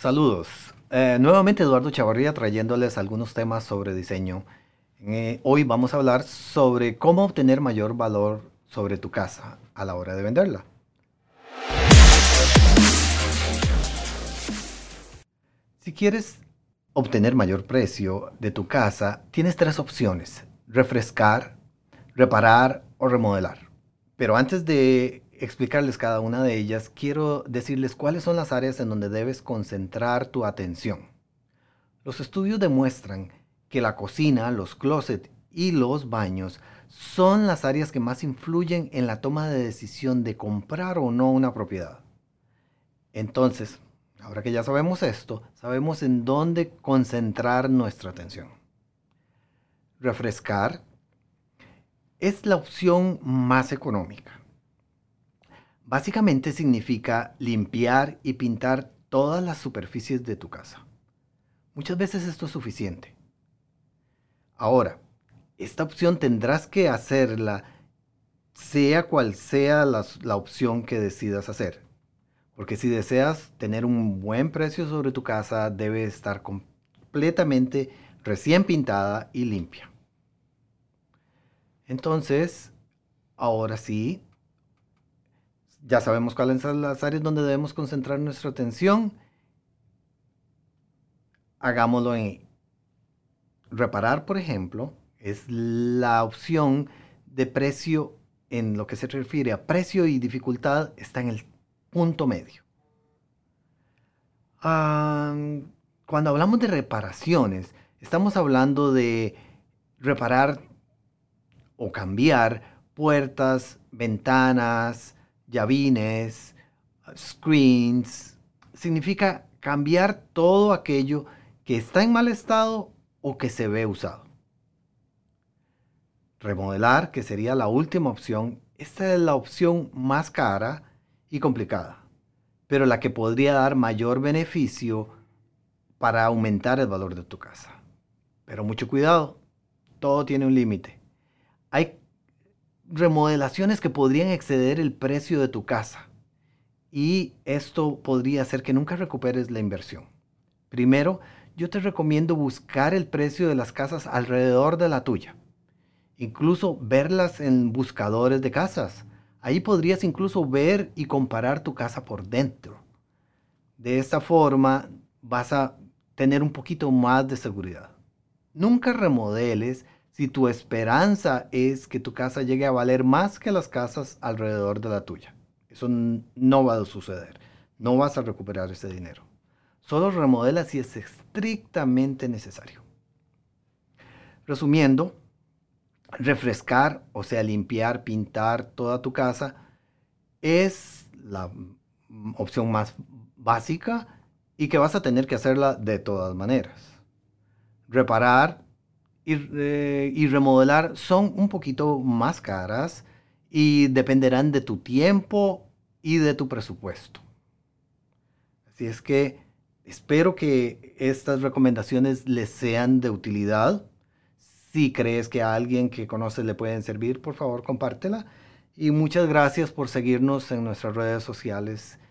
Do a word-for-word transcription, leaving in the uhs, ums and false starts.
Saludos. Eh, nuevamente Eduardo Chavarría trayéndoles algunos temas sobre diseño. Eh, hoy vamos a hablar sobre cómo obtener mayor valor sobre tu casa a la hora de venderla. Si quieres obtener mayor precio de tu casa, tienes tres opciones: refrescar, reparar o remodelar. Pero antes de explicarles cada una de ellas, quiero decirles cuáles son las áreas en donde debes concentrar tu atención. Los estudios demuestran que la cocina, los closets y los baños son las áreas que más influyen en la toma de decisión de comprar o no una propiedad. Entonces, ahora que ya sabemos esto, sabemos en dónde concentrar nuestra atención. Refrescar es la opción más económica. Básicamente significa limpiar y pintar todas las superficies de tu casa. Muchas veces esto es suficiente. Ahora, esta opción tendrás que hacerla sea cual sea la, la opción que decidas hacer. Porque si deseas tener un buen precio sobre tu casa, debe estar completamente recién pintada y limpia. Entonces, ahora sí, ya sabemos cuáles son las áreas donde debemos concentrar nuestra atención. Hagámoslo en reparar, por ejemplo, es la opción de precio en lo que se refiere a precio y dificultad, está en el punto medio. Um, cuando hablamos de reparaciones, estamos hablando de reparar o cambiar puertas, ventanas, llavines, screens. Significa cambiar todo aquello que está en mal estado o que se ve usado. Remodelar, que sería la última opción, esta es la opción más cara y complicada, pero la que podría dar mayor beneficio para aumentar el valor de tu casa. Pero mucho cuidado, todo tiene un límite. Hay remodelaciones que podrían exceder el precio de tu casa y esto podría hacer que nunca recuperes la inversión. Primero, yo te recomiendo buscar el precio de las casas alrededor de la tuya. Incluso verlas en buscadores de casas. Ahí podrías incluso ver y comparar tu casa por dentro. De esta forma vas a tener un poquito más de seguridad. Nunca remodeles si tu esperanza es que tu casa llegue a valer más que las casas alrededor de la tuya. Eso no va a suceder. No vas a recuperar ese dinero. Solo remodela si es estrictamente necesario. Resumiendo, refrescar, o sea, limpiar, pintar toda tu casa, es la opción más básica y que vas a tener que hacerla de todas maneras. Reparar y, eh, y remodelar son un poquito más caras y dependerán de tu tiempo y de tu presupuesto. Así es que espero que estas recomendaciones les sean de utilidad. Si crees que a alguien que conoces le pueden servir, por favor compártela. Y muchas gracias por seguirnos en nuestras redes sociales